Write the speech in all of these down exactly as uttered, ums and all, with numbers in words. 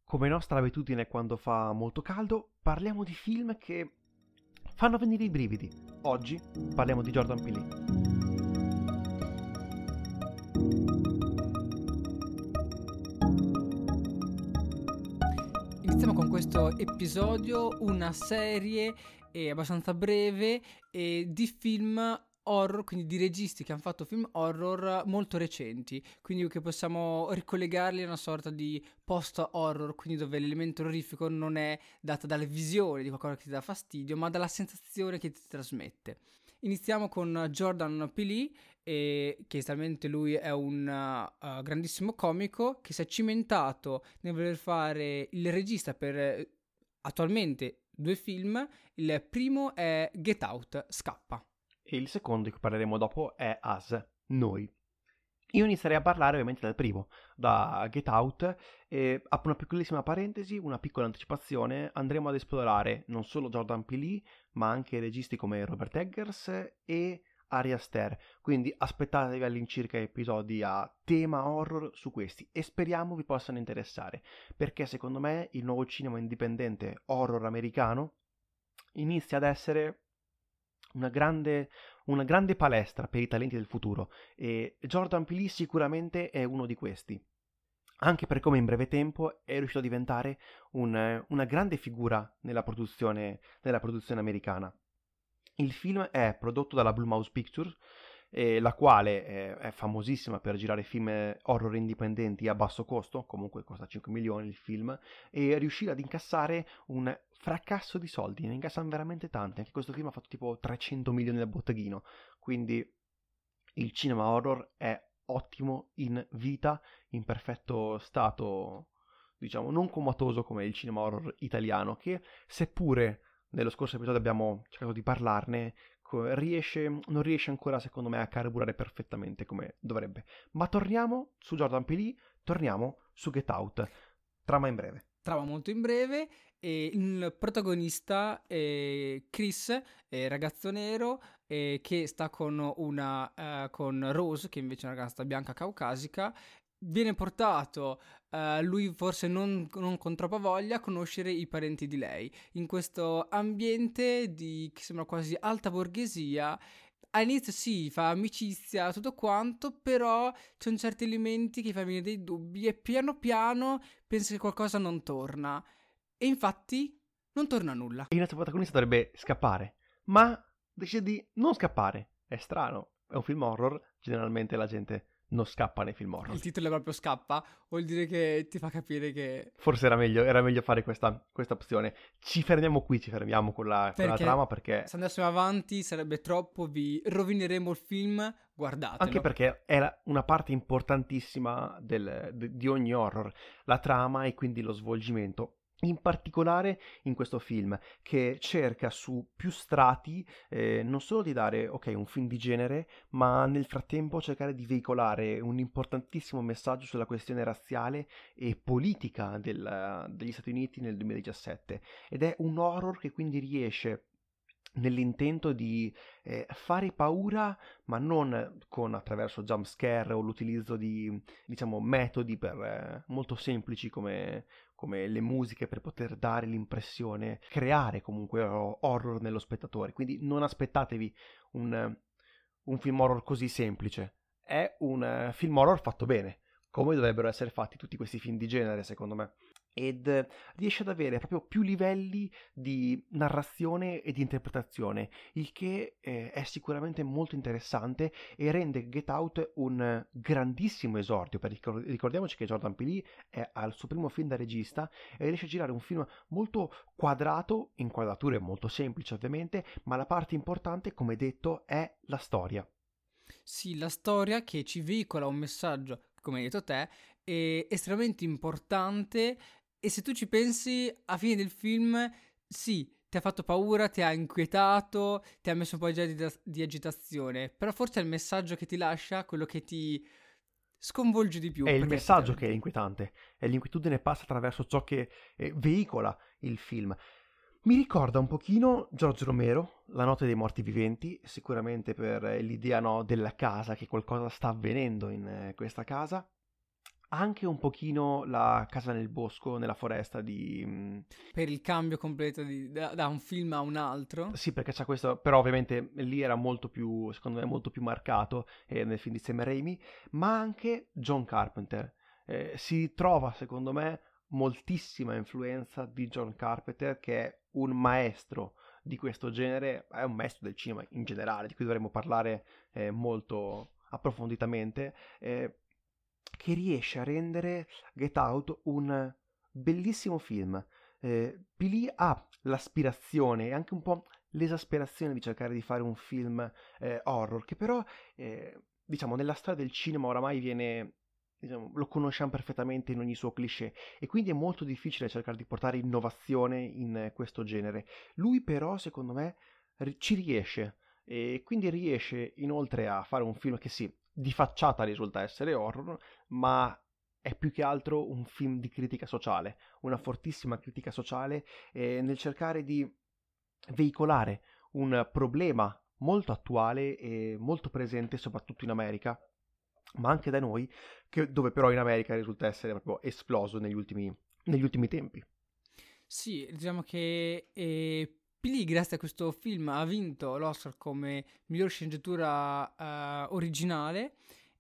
Come nostra abitudine quando fa molto caldo, parliamo di film che fanno venire i brividi. Oggi parliamo di Jordan Peele. Iniziamo con questo episodio, una serie eh, abbastanza breve eh, di film horror, quindi di registi che hanno fatto film horror molto recenti, quindi che possiamo ricollegarli a una sorta di post-horror, quindi dove l'elemento orrorifico non è dato dalle visioni di qualcosa che ti dà fastidio, ma dalla sensazione che ti trasmette. Iniziamo con Jordan Peele, eh, che estremamente lui è un uh, grandissimo comico che si è cimentato nel voler fare il regista per eh, attualmente due film. Il primo è Get Out, Scappa. E il secondo di cui parleremo dopo è Us, Noi. Io inizierei a parlare ovviamente dal primo, da Get Out, e apro una piccolissima parentesi, una piccola anticipazione, andremo ad esplorare non solo Jordan Peele, ma anche registi come Robert Eggers e Ari Aster, quindi aspettatevi all'incirca episodi a tema horror su questi e speriamo vi possano interessare, perché secondo me il nuovo cinema indipendente horror americano inizia ad essere una grande, una grande palestra per i talenti del futuro e Jordan Peele sicuramente è uno di questi, anche per come in breve tempo è riuscito a diventare un, una grande figura nella produzione, nella produzione americana. Il film è prodotto dalla Blumhouse Pictures, eh, la quale è, è famosissima per girare film horror indipendenti a basso costo, comunque costa cinque milioni il film, e riuscire ad incassare un fracasso di soldi, ne incassano veramente tanti, anche questo film ha fatto tipo trecento milioni al botteghino, quindi il cinema horror è ottimo in vita, in perfetto stato, diciamo, non comatoso come il cinema horror italiano, che seppure nello scorso episodio abbiamo cercato di parlarne, riesce, non riesce ancora secondo me a carburare perfettamente come dovrebbe. Ma torniamo su Jordan Peele, torniamo su Get Out. Trama in breve. Trama molto in breve, e il protagonista è Chris, è ragazzo nero eh, che sta con una uh, con Rose, che invece è una ragazza bianca caucasica. Viene portato, uh, lui forse non, non con troppa voglia, a conoscere i parenti di lei in questo ambiente di che sembra quasi alta borghesia. All'inizio sì, fa amicizia, tutto quanto, però ci sono certi elementi che fa venire dei dubbi e piano piano pensa che qualcosa non torna. E infatti non torna nulla. E il nostro protagonista dovrebbe scappare, ma decide di non scappare. È strano, è un film horror, generalmente la gente non scappa nei film horror. Il titolo è proprio Scappa, vuol dire che ti fa capire che... Forse era meglio, era meglio fare questa, questa opzione. Ci fermiamo qui, ci fermiamo con la, con la trama perché... se andassimo avanti sarebbe troppo, vi rovineremo il film, guardatelo. Anche perché è la, una parte importantissima del, de, di ogni horror, la trama e quindi lo svolgimento. In particolare in questo film, che cerca su più strati eh, non solo di dare ok un film di genere, ma nel frattempo cercare di veicolare un importantissimo messaggio sulla questione razziale e politica del, degli Stati Uniti nel duemiladiciassette, ed è un horror che quindi riesce nell'intento di eh, fare paura, ma non con attraverso jump scare o l'utilizzo di, diciamo, metodi per, eh, molto semplici come, come le musiche per poter dare l'impressione, creare comunque horror nello spettatore. Quindi non aspettatevi un, un film horror così semplice, è un uh, film horror fatto bene, come dovrebbero essere fatti tutti questi film di genere secondo me. Ed riesce ad avere proprio più livelli di narrazione e di interpretazione, il che eh, è sicuramente molto interessante e rende Get Out un grandissimo esordio, perché ricordiamoci che Jordan Peele è al suo primo film da regista e riesce a girare un film molto quadrato, inquadrature molto semplici ovviamente, ma la parte importante, come detto, è la storia. Sì, la storia che ci veicola un messaggio, come hai detto te, è estremamente importante. E se tu ci pensi, a fine del film, sì, ti ha fatto paura, ti ha inquietato, ti ha messo un po' già di, di agitazione, però forse è il messaggio che ti lascia quello che ti sconvolge di più. È il messaggio che è inquietante, e l'inquietudine passa attraverso ciò che eh, veicola il film. Mi ricorda un pochino George Romero, La notte dei morti viventi, sicuramente per l'idea, no, della casa, che qualcosa sta avvenendo in eh, questa casa. anche un pochino La casa nel bosco, nella foresta di... mm, Per il cambio completo di- da, da un film a un altro. Sì, perché c'è questo, però ovviamente lì era molto più, secondo me, molto più marcato eh, nel film di Sam Raimi, ma anche John Carpenter. Eh, si trova, secondo me, moltissima influenza di John Carpenter, che è un maestro di questo genere, è un maestro del cinema in generale, di cui dovremmo parlare eh, molto approfonditamente, eh, che riesce a rendere Get Out un bellissimo film. Eh, Pili ha l'aspirazione e anche un po' l'esasperazione di cercare di fare un film eh, horror, che però, eh, diciamo, nella storia del cinema oramai viene, diciamo, lo conosciamo perfettamente in ogni suo cliché, e quindi è molto difficile cercare di portare innovazione in eh, questo genere. Lui però, secondo me, ri- ci riesce, e quindi riesce inoltre a fare un film che sì, di facciata risulta essere horror, ma è più che altro un film di critica sociale, una fortissima critica sociale, eh, nel cercare di veicolare un problema molto attuale e molto presente soprattutto in America, ma anche da noi, che- dove però in America risulta essere proprio esploso negli ultimi, negli ultimi tempi. Sì, diciamo che eh, Pili, grazie a questo film, ha vinto l'Oscar come miglior sceneggiatura eh, originale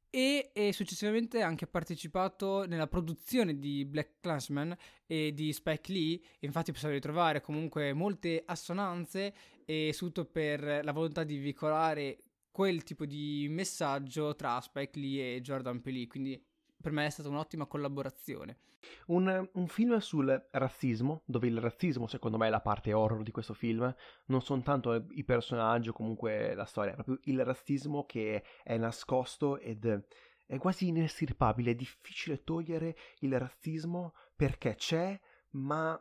e, e successivamente ha anche partecipato nella produzione di Black Klansman e di Spike Lee. Infatti possiamo ritrovare comunque molte assonanze e soprattutto per la volontà di veicolare quel tipo di messaggio tra Spike Lee e Jordan Peele, quindi per me è stata un'ottima collaborazione. Un, un film sul razzismo, dove il razzismo secondo me è la parte horror di questo film, non sono tanto i personaggi o comunque la storia, è proprio il razzismo che è nascosto ed è quasi inestirpabile, è difficile togliere il razzismo perché c'è, ma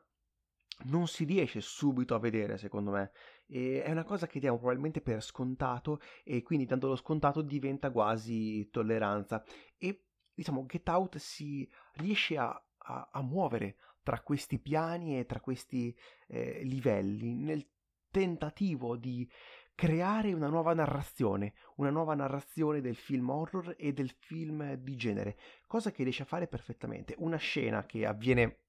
non si riesce subito a vedere, secondo me. E è una cosa che diamo probabilmente per scontato, e quindi dandolo scontato diventa quasi tolleranza. E diciamo, Get Out si riesce a, a- a muovere tra questi piani e tra questi eh, livelli nel tentativo di creare una nuova narrazione, una nuova narrazione del film horror e del film di genere, cosa che riesce a fare perfettamente. Una scena che avviene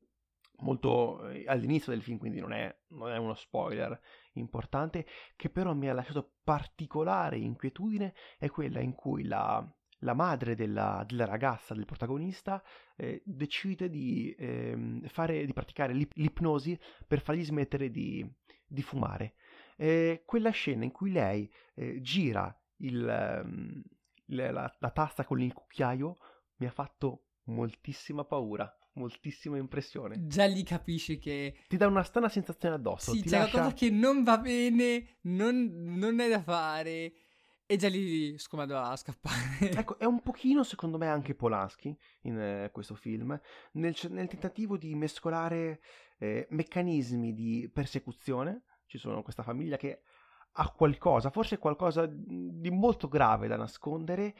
molto eh, all'inizio del film, quindi non è, non è uno spoiler importante, che però mi ha lasciato particolare inquietudine, è quella in cui la, la madre della, della ragazza, del protagonista, eh, decide di, ehm, fare, di praticare l'ip- l'ipnosi per fargli smettere di, di fumare. Eh, quella scena in cui lei eh, gira il, ehm, la, la- la tasta con il cucchiaio mi ha fatto moltissima paura, moltissima impressione. Già lì capisci che Ti dà una strana sensazione addosso, sì, ti c'è qualcosa lascia... che non va bene, non, non è da fare, e già lì scomando a scappare. Ecco, è un pochino secondo me anche Polanski in eh, questo film, nel, c- nel tentativo di mescolare eh, meccanismi di persecuzione. Ci sono questa famiglia che ha qualcosa, forse qualcosa di molto grave da nascondere,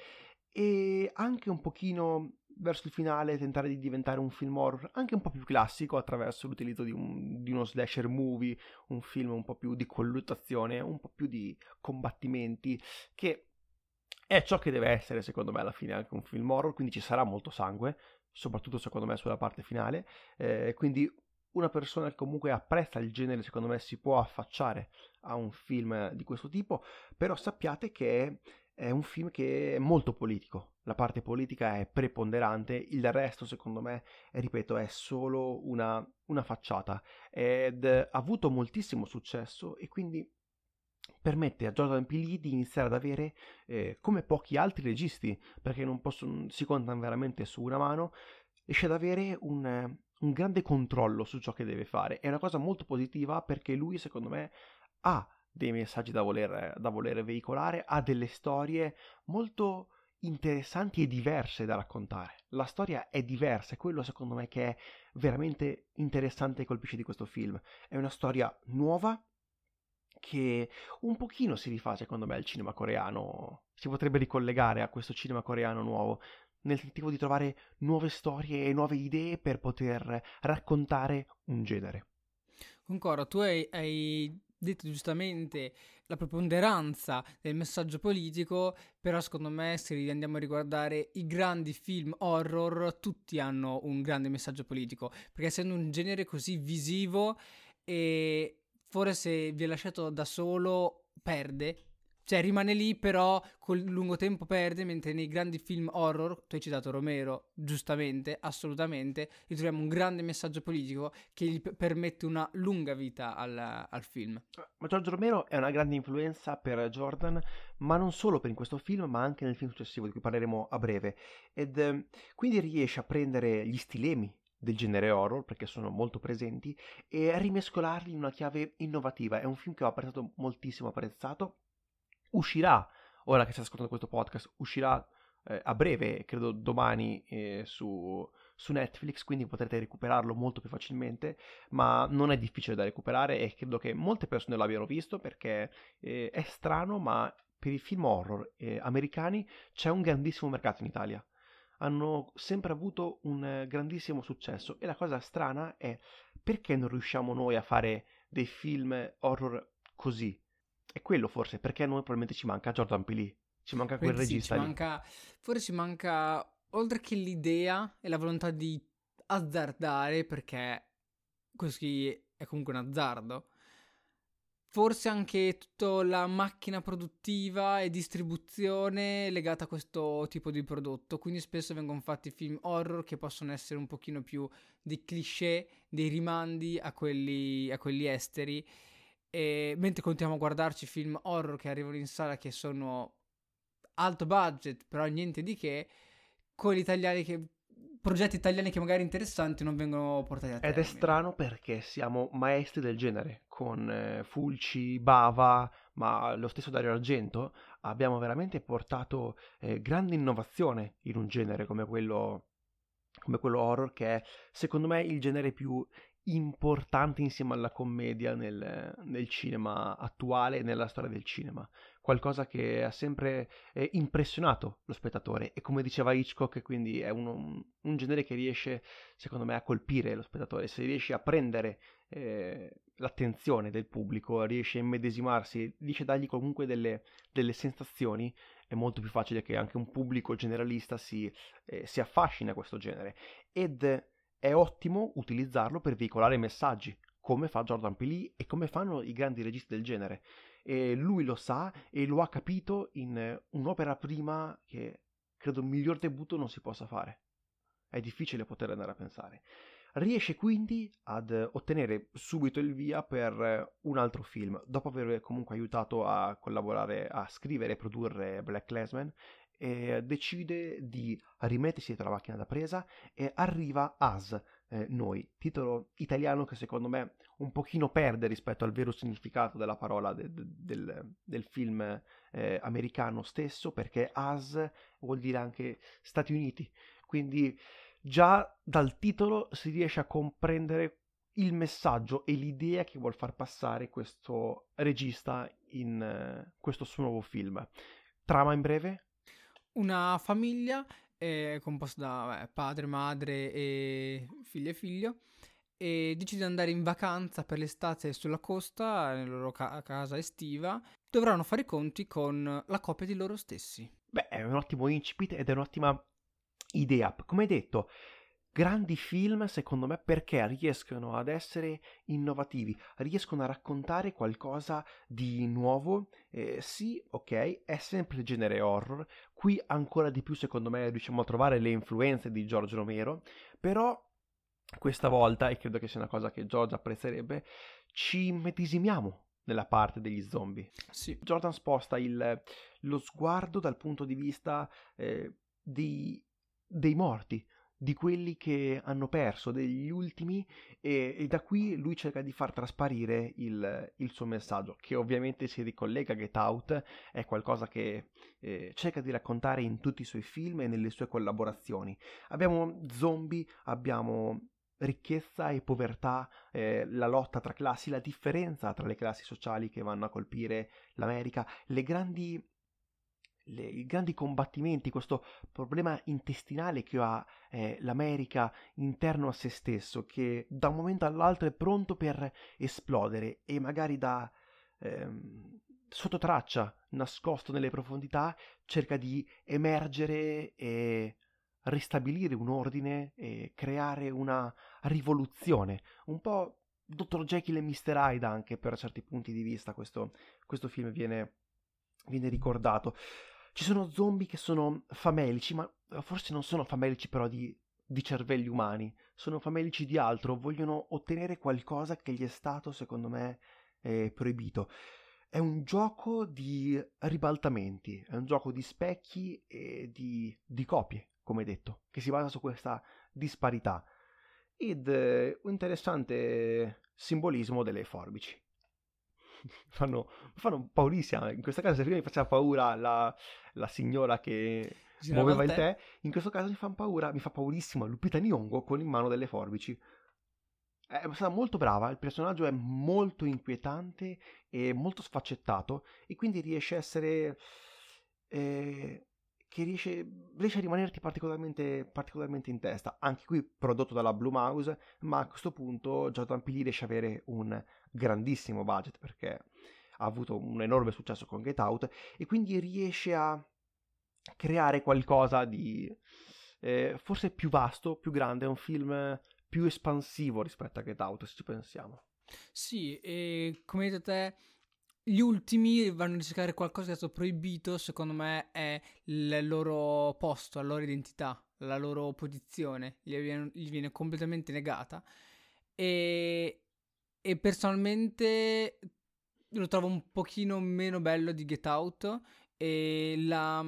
e anche un pochino verso il finale tentare di diventare un film horror anche un po' più classico attraverso l'utilizzo di, un- di uno slasher movie, un film un po' più di colluttazione, un po' più di combattimenti, che è ciò che deve essere secondo me alla fine anche un film horror, quindi ci sarà molto sangue, soprattutto secondo me sulla parte finale, eh, quindi una persona che comunque apprezza il genere secondo me si può affacciare a un film di questo tipo, però sappiate che è un film che è molto politico, la parte politica è preponderante, il resto secondo me, ripeto, è solo una, una facciata, ed ha avuto moltissimo successo e quindi permette a Jordan Peele di iniziare ad avere, eh, come pochi altri registi, perché non possono, si contano veramente su una mano, riesce ad avere un, eh, un grande controllo su ciò che deve fare. È una cosa molto positiva perché lui, secondo me, ha dei messaggi da voler, da voler veicolare, ha delle storie molto interessanti e diverse da raccontare. La storia è diversa, è quello secondo me che è veramente interessante e colpisce di questo film. È una storia nuova che un pochino si rifà secondo me al cinema coreano, si potrebbe ricollegare a questo cinema coreano nuovo, nel tentativo di trovare nuove storie e nuove idee per poter raccontare un genere. Concordo, tu hai, hai detto giustamente la preponderanza del messaggio politico, però secondo me se andiamo a riguardare i grandi film horror, tutti hanno un grande messaggio politico, perché essendo un genere così visivo, e forse se vi è lasciato da solo perde. Cioè rimane lì, però col lungo tempo perde, mentre nei grandi film horror, tu hai citato Romero, giustamente, assolutamente, ritroviamo un grande messaggio politico che gli p- permette una lunga vita al, al film. Ma George Romero è una grande influenza per Jordan, ma non solo per in questo film, ma anche nel film successivo, di cui parleremo a breve. Ed eh, quindi riesce a prendere gli stilemi del genere horror, perché sono molto presenti, e a rimescolarli in una chiave innovativa. È un film che ho apprezzato moltissimo, apprezzato. Uscirà, ora che stai ascoltando questo podcast, uscirà eh, a breve, credo domani, eh, su, su Netflix, quindi potrete recuperarlo molto più facilmente, ma non è difficile da recuperare e credo che molte persone l'abbiano visto perché eh, è strano, ma per i film horror eh, americani c'è un grandissimo mercato in Italia. Hanno sempre avuto un eh, grandissimo successo e la cosa strana è perché non riusciamo noi a fare dei film horror così? È quello forse, perché a noi probabilmente ci manca Jordan Peele, ci manca quel Veramente sì, ci regista lì. manca, forse ci manca, oltre che l'idea e la volontà di azzardare, perché così è comunque un azzardo, forse anche tutta la macchina produttiva e distribuzione legata a questo tipo di prodotto, quindi spesso vengono fatti film horror che possono essere un pochino più dei cliché, dei rimandi a quelli, a quelli esteri, e mentre continuiamo a guardarci film horror che arrivano in sala che sono alto budget, però niente di che, con gli italiani che progetti italiani che magari interessanti non vengono portati a Ed è termine. strano perché siamo maestri del genere, con eh, Fulci, Bava, ma lo stesso Dario Argento, abbiamo veramente portato eh, grande innovazione in un genere come quello, come quello horror, che è secondo me il genere più importante insieme alla commedia nel, nel cinema attuale e nella storia del cinema. Qualcosa che ha sempre eh, impressionato lo spettatore e come diceva Hitchcock, quindi è uno- un, un genere che riesce secondo me a colpire lo spettatore, se riesci a prendere eh, l'attenzione del pubblico, riesci a immedesimarsi, riesci a dargli comunque delle, delle sensazioni, è molto più facile che anche un pubblico generalista si, eh, si affascina a questo genere. Ed è ottimo utilizzarlo per veicolare messaggi, come fa Jordan Peele e come fanno i grandi registi del genere. E lui lo sa e lo ha capito in eh, un'opera prima che credo un miglior debutto non si possa fare. È difficile poter andare a pensare. Riesce quindi ad ottenere subito il via per eh, un altro film, dopo aver comunque aiutato a collaborare, a scrivere e produrre Black Klansman, e decide di rimettersi dietro la macchina da presa e arriva As, eh, Noi, titolo italiano che secondo me un pochino perde rispetto al vero significato della parola de- de- del, del film eh, americano stesso, perché As vuol dire anche Stati Uniti, quindi già dal titolo si riesce a comprendere il messaggio e l'idea che vuol far passare questo regista in eh, questo suo nuovo film. Trama in breve? Una famiglia eh, composta da beh, padre, madre e figlia e figlio e decide di andare in vacanza per l'estate sulla costa, nella loro ca- casa estiva. Dovranno fare i conti con la coppia di loro stessi. Beh, è un ottimo incipit ed è un'ottima idea. Come detto, grandi film secondo me perché riescono ad essere innovativi, riescono a raccontare qualcosa di nuovo. Eh, sì, ok, è sempre il genere horror, qui ancora di più secondo me riusciamo a trovare le influenze di George Romero, però questa volta, e credo che sia una cosa che George apprezzerebbe, ci medesimiamo nella parte degli zombie. Sì. Jordan sposta il, lo sguardo dal punto di vista eh, dei, dei morti, di quelli che hanno perso, degli ultimi, e, e da qui lui cerca di far trasparire il, il suo messaggio, che ovviamente si ricollega a Get Out, è qualcosa che eh, cerca di raccontare in tutti i suoi film e nelle sue collaborazioni. Abbiamo zombie, abbiamo ricchezza e povertà, eh, la lotta tra classi, la differenza tra le classi sociali che vanno a colpire l'America, le grandi, le, i grandi combattimenti, questo problema intestinale che ha eh, l'America interno a se stesso, che da un momento all'altro è pronto per esplodere e magari da ehm, sotto traccia, nascosto nelle profondità, cerca di emergere e ristabilire un ordine e creare una rivoluzione. Un po' dottor Jekyll e mister Hyde anche per certi punti di vista questo, questo film viene, viene ricordato. Ci sono zombie che sono famelici, ma forse non sono famelici però di, di cervelli umani, sono famelici di altro, vogliono ottenere qualcosa che gli è stato, secondo me, eh, proibito. È un gioco di ribaltamenti, è un gioco di specchi e di, di copie, come detto, che si basa su questa disparità ed eh, un interessante simbolismo delle forbici. fanno, fanno paurissima. In questo caso, se prima mi faceva paura la, la signora che Girava muoveva il il tè. tè, in questo caso mi fa paura, mi fa paurissimo Lupita Nyong'o con in mano delle forbici. È stata molto brava, il personaggio è molto inquietante e molto sfaccettato e quindi riesce a essere eh, che riesce, riesce a rimanerti particolarmente, particolarmente in testa. Anche qui prodotto dalla Blumhouse, ma a questo punto Jordan Peele riesce ad avere un grandissimo budget perché ha avuto un enorme successo con Get Out e quindi riesce a creare qualcosa di eh, forse più vasto, più grande, è un film più espansivo rispetto a Get Out, se ci pensiamo. Sì, e come hai detto te, gli ultimi vanno a ricercare qualcosa che è stato proibito, secondo me è il loro posto, la loro identità, la loro posizione, gli viene, gli viene completamente negata. E, e personalmente lo trovo un pochino meno bello di Get Out e la,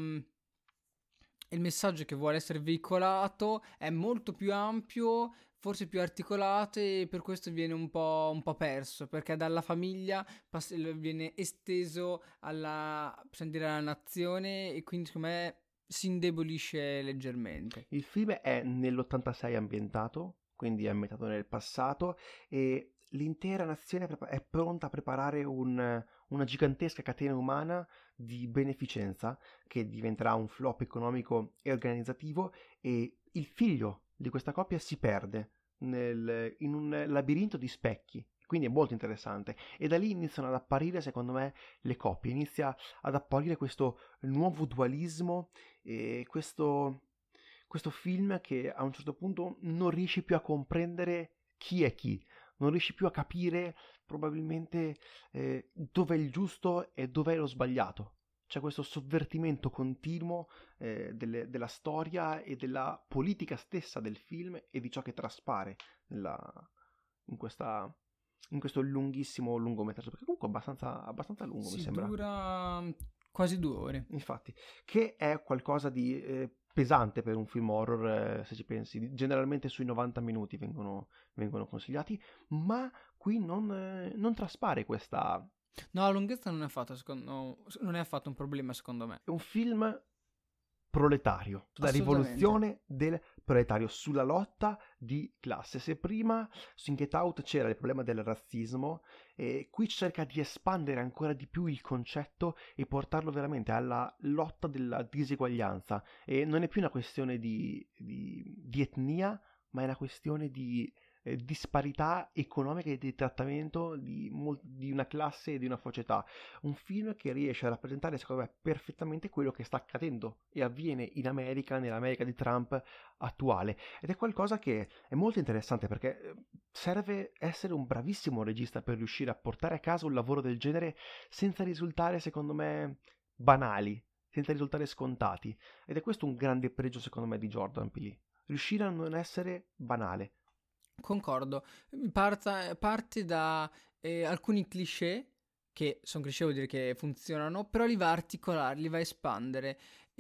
il messaggio che vuole essere veicolato è molto più ampio, forse più articolato e per questo viene un po', un po' perso, perché dalla famiglia pass- viene esteso alla, possiamo dire, alla nazione e quindi secondo me si indebolisce leggermente. Il film è nell'ottantasei ambientato, quindi è ambientato nel passato e l'intera nazione è pronta a preparare un, una gigantesca catena umana di beneficenza che diventerà un flop economico e organizzativo e il figlio di questa coppia si perde nel, in un labirinto di specchi. Quindi è molto interessante e da lì iniziano ad apparire, secondo me, le coppie, inizia ad apparire questo nuovo dualismo e questo, questo film che a un certo punto non riesci più a comprendere chi è chi, non riesci più a capire probabilmente eh, dov'è il giusto e dov'è lo sbagliato. C'è questo sovvertimento continuo eh, delle, della storia e della politica stessa del film e di ciò che traspare nella, in, questa, in questo lunghissimo lungometraggio, perché comunque è abbastanza, abbastanza lungo, mi Si sembra. dura quasi due ore. Infatti, che è qualcosa di eh, pesante per un film horror, eh, se ci pensi. Generalmente sui novanta minuti vengono, vengono consigliati, ma qui non, eh, non traspare questa... No, la lunghezza non è affatto, secondo, non è affatto un problema secondo me. È un film proletario, sulla Assolutamente. rivoluzione del proletario, sulla lotta di classe. Se prima su In Get Out c'era il problema del razzismo, e qui cerca di espandere ancora di più il concetto e portarlo veramente alla lotta della diseguaglianza. E non è più una questione di, di, di etnia, ma è una questione di eh, disparità economica e di trattamento di, mol- di una classe e di una società. Un film che riesce a rappresentare, secondo me, perfettamente quello che sta accadendo e avviene in America, nell'America di Trump attuale. Ed è qualcosa che è molto interessante perché eh, serve essere un bravissimo regista per riuscire a portare a casa un lavoro del genere senza risultare, secondo me, banali, senza risultare scontati. Ed è questo un grande pregio, secondo me, di Jordan Peele. Riuscire a non essere banale. Concordo. Parta- parte da eh, alcuni cliché, che sono cliché, vuol dire che funzionano, però li va a articolare, li va a espandere.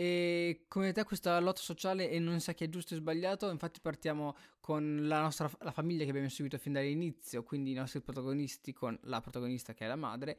E come te questa lotta sociale e non sa chi è giusto e sbagliato, infatti partiamo con la nostra la famiglia che abbiamo seguito fin dall'inizio, quindi i nostri protagonisti con la protagonista che è la madre,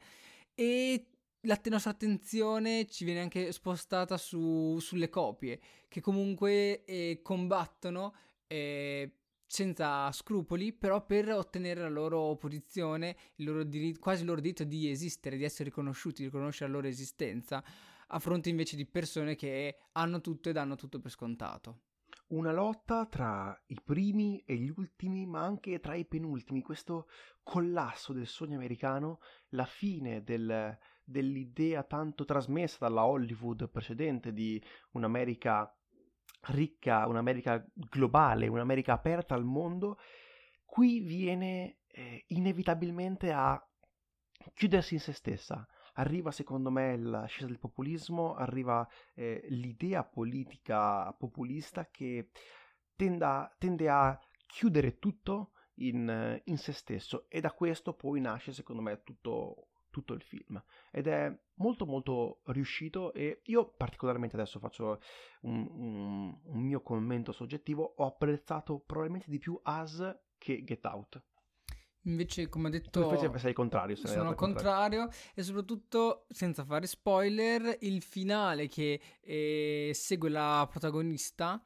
e la te- nostra attenzione ci viene anche spostata su- sulle coppie, che comunque eh, combattono eh, senza scrupoli, però per ottenere la loro posizione, il loro diritto, quasi il loro diritto di esistere, di essere riconosciuti, di riconoscere la loro esistenza, a fronte invece di persone che hanno tutto e danno tutto per scontato. una lotta tra i primi e gli ultimi, ma anche tra i penultimi, questo collasso del sogno americano, la fine del, dell'idea tanto trasmessa dalla Hollywood precedente di un'America ricca, un'America globale, un'America aperta al mondo, qui viene eh, inevitabilmente a chiudersi in se stessa. Arriva secondo me l'ascesa del populismo, arriva eh, l'idea politica populista che tenda, tende a chiudere tutto in, in se stesso, e da questo poi nasce secondo me tutto, tutto il film, ed è molto molto riuscito. E io particolarmente, adesso faccio un, un, un mio commento soggettivo, ho apprezzato probabilmente di più Us che Get Out. Invece, come ho Tu detto, invece sei il contrario, sei sono al contrario, e soprattutto, senza fare spoiler, il finale che eh, segue la protagonista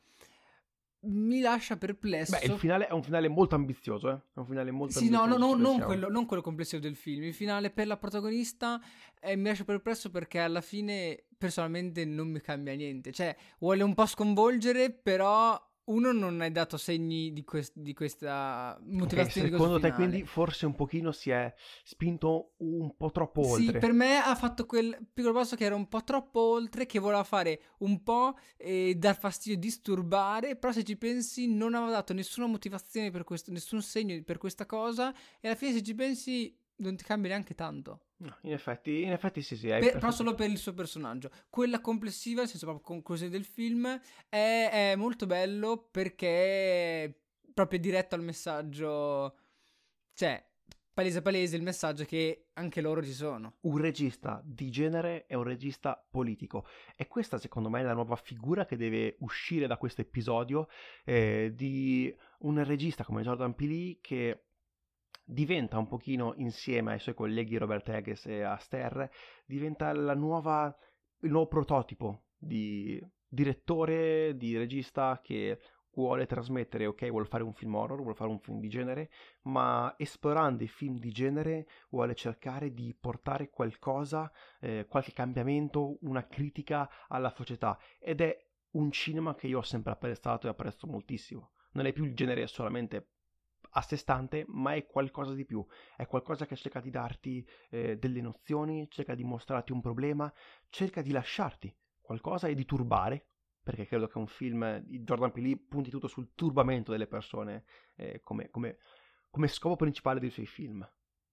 mi lascia perplesso. Beh, il finale è un finale molto ambizioso, eh? È un finale molto sì, ambizioso. no, no, no, non quello, non quello complessivo del film. Il finale per la protagonista eh, mi lascia perplesso perché alla fine personalmente non mi cambia niente. Cioè, vuole un po' sconvolgere, però uno non hai dato segni di, quest- di questa motivazione. Okay, secondo di te quindi forse un pochino si è spinto un po' troppo oltre? Sì, per me ha fatto quel piccolo passo che era un po' troppo oltre, che voleva fare un po' eh, dar fastidio, disturbare, però se ci pensi non aveva dato nessuna motivazione per questo, nessun segno per questa cosa, e alla fine se ci pensi non ti cambia neanche tanto. No, in effetti, in effetti sì, sì. Hai Per, perfetto. Però solo per il suo personaggio. Quella complessiva, nel senso proprio conclusione del film, è, è molto bello perché è proprio diretto al messaggio, cioè palese palese il messaggio che anche loro ci sono. Un regista di genere è un regista politico, e questa secondo me è la nuova figura che deve uscire da questo episodio, eh, di un regista come Jordan Peele che diventa un pochino, insieme ai suoi colleghi Robert Eggers e Aster, diventa la nuova, il nuovo prototipo di direttore, di regista che vuole trasmettere, ok, vuole fare un film horror, vuole fare un film di genere, ma esplorando i film di genere vuole cercare di portare qualcosa, eh, qualche cambiamento, una critica alla società, ed è un cinema che io ho sempre apprezzato e apprezzo moltissimo. Non è più il genere solamente a sé stante, ma è qualcosa di più, è qualcosa che cerca di darti eh, delle nozioni, cerca di mostrarti un problema, cerca di lasciarti qualcosa e di turbare, perché credo che un film di Jordan Peele punti tutto sul turbamento delle persone eh, come, come, come scopo principale dei suoi film.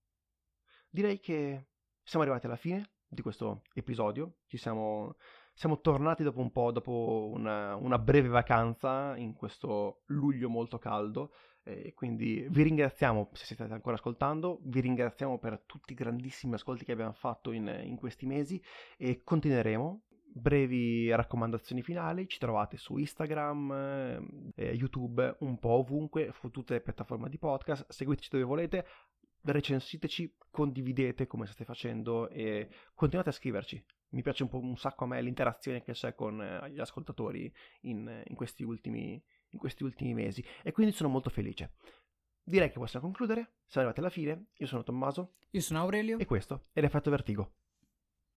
Direi che siamo arrivati alla fine di questo episodio, ci siamo, siamo tornati dopo un po', dopo una, una breve vacanza in questo luglio molto caldo, e quindi vi ringraziamo se siete ancora ascoltando, vi ringraziamo per tutti i grandissimi ascolti che abbiamo fatto in, in questi mesi, e continueremo. Brevi raccomandazioni finali, ci trovate su Instagram, eh, YouTube, un po' ovunque, su tutte le piattaforme di podcast, seguiteci dove volete, recensiteci, condividete come state facendo e continuate a scriverci. Mi piace un po' un sacco a me l'interazione che c'è con eh, gli ascoltatori in, in questi ultimi in questi ultimi mesi, e quindi sono molto felice. Direi che possiamo concludere, siamo arrivati alla fine. Io sono Tommaso. Io sono Aurelio. E questo è l'Effetto Vertigo.